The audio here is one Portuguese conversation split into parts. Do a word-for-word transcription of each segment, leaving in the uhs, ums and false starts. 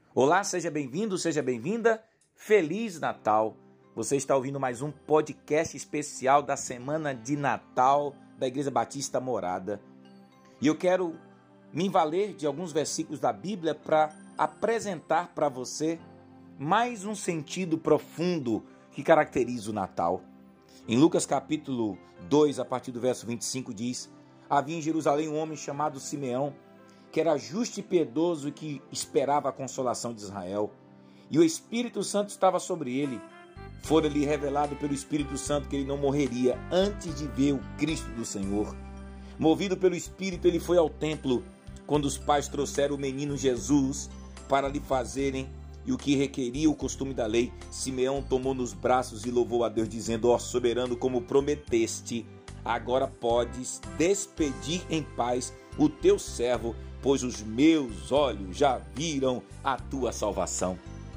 Olá, seja bem-vindo, seja bem-vinda. Feliz Natal! Você está ouvindo mais um podcast especial da Semana de Natal da Igreja Batista Morada. E eu quero me valer de alguns versículos da Bíblia para apresentar para você mais um sentido profundo que caracteriza o Natal. Em Lucas capítulo dois, a partir do verso vinte e cinco, diz: havia em Jerusalém um homem chamado Simeão, que era justo e piedoso e que esperava a consolação de Israel. E o Espírito Santo estava sobre ele. Fora-lhe revelado pelo Espírito Santo que ele não morreria antes de ver o Cristo do Senhor. Movido pelo Espírito, ele foi ao templo, quando os pais trouxeram o menino Jesus para lhe fazerem e o que requeria o costume da lei. Simeão tomou nos braços e louvou a Deus, dizendo: ó soberano, como prometeste, agora podes despedir em paz o teu servo, pois os meus olhos já viram a tua salvação.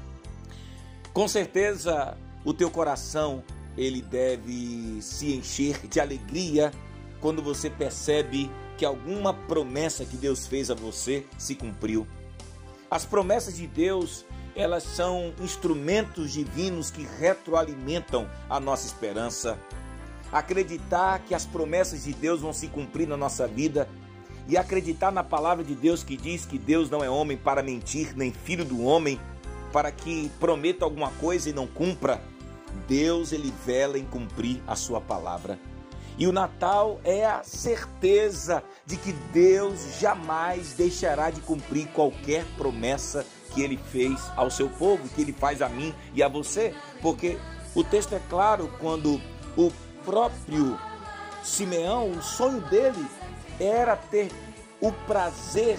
Com certeza, o teu coração, ele deve se encher de alegria quando você percebe que alguma promessa que Deus fez a você se cumpriu. As promessas de Deus, elas são instrumentos divinos que retroalimentam a nossa esperança. Acreditar que as promessas de Deus vão se cumprir na nossa vida e acreditar na palavra de Deus, que diz que Deus não é homem para mentir, nem filho do homem para que prometa alguma coisa e não cumpra. Deus, ele vela em cumprir a sua palavra. E o Natal é a certeza de que Deus jamais deixará de cumprir qualquer promessa que ele fez ao seu povo, que ele faz a mim e a você, porque o texto é claro quando o próprio Simeão, o sonho dele era ter o prazer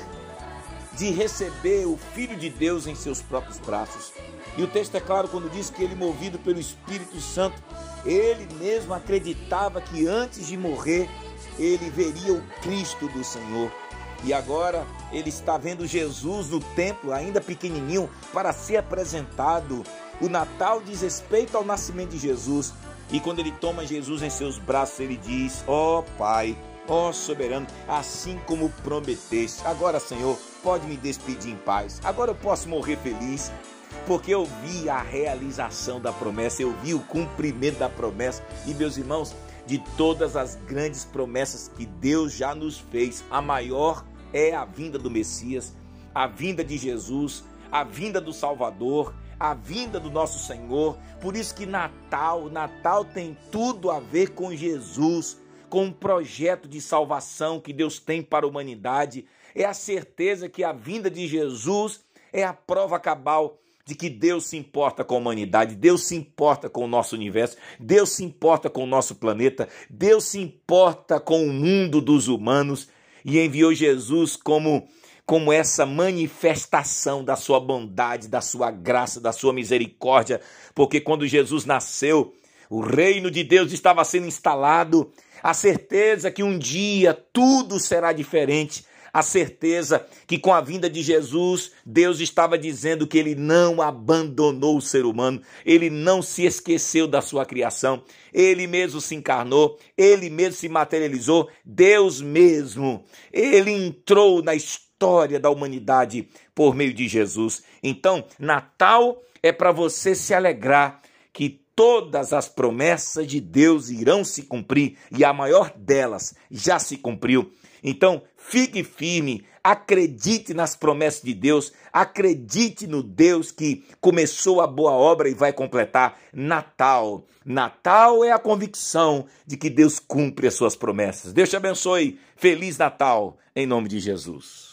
de receber o Filho de Deus em seus próprios braços. E o texto é claro quando diz que ele, movido pelo Espírito Santo, ele mesmo acreditava que antes de morrer, ele veria o Cristo do Senhor. E agora ele está vendo Jesus no templo, ainda pequenininho, para ser apresentado. O Natal diz respeito ao nascimento de Jesus. E quando ele toma Jesus em seus braços, ele diz: ó Pai, ó soberano, assim como prometeste, agora, Senhor, pode me despedir em paz. Agora eu posso morrer feliz, porque eu vi a realização da promessa, eu vi o cumprimento da promessa. E, meus irmãos, de todas as grandes promessas que Deus já nos fez, a maior é a vinda do Messias, a vinda de Jesus, a vinda do Salvador, a vinda do nosso Senhor. Por isso que Natal, Natal tem tudo a ver com Jesus, com um projeto de salvação que Deus tem para a humanidade. É a certeza que a vinda de Jesus é a prova cabal de que Deus se importa com a humanidade, Deus se importa com o nosso universo, Deus se importa com o nosso planeta, Deus se importa com o mundo dos humanos e enviou Jesus como, como essa manifestação da sua bondade, da sua graça, da sua misericórdia, porque quando Jesus nasceu, o reino de Deus estava sendo instalado, a certeza que um dia tudo será diferente, a certeza que com a vinda de Jesus, Deus estava dizendo que ele não abandonou o ser humano, ele não se esqueceu da sua criação, ele mesmo se encarnou, ele mesmo se materializou, Deus mesmo, ele entrou na história da humanidade por meio de Jesus. Então, Natal é para você se alegrar que todas as promessas de Deus irão se cumprir e a maior delas já se cumpriu. Então, fique firme, acredite nas promessas de Deus, acredite no Deus que começou a boa obra e vai completar. Natal. Natal é a convicção de que Deus cumpre as suas promessas. Deus te abençoe. Feliz Natal, em nome de Jesus.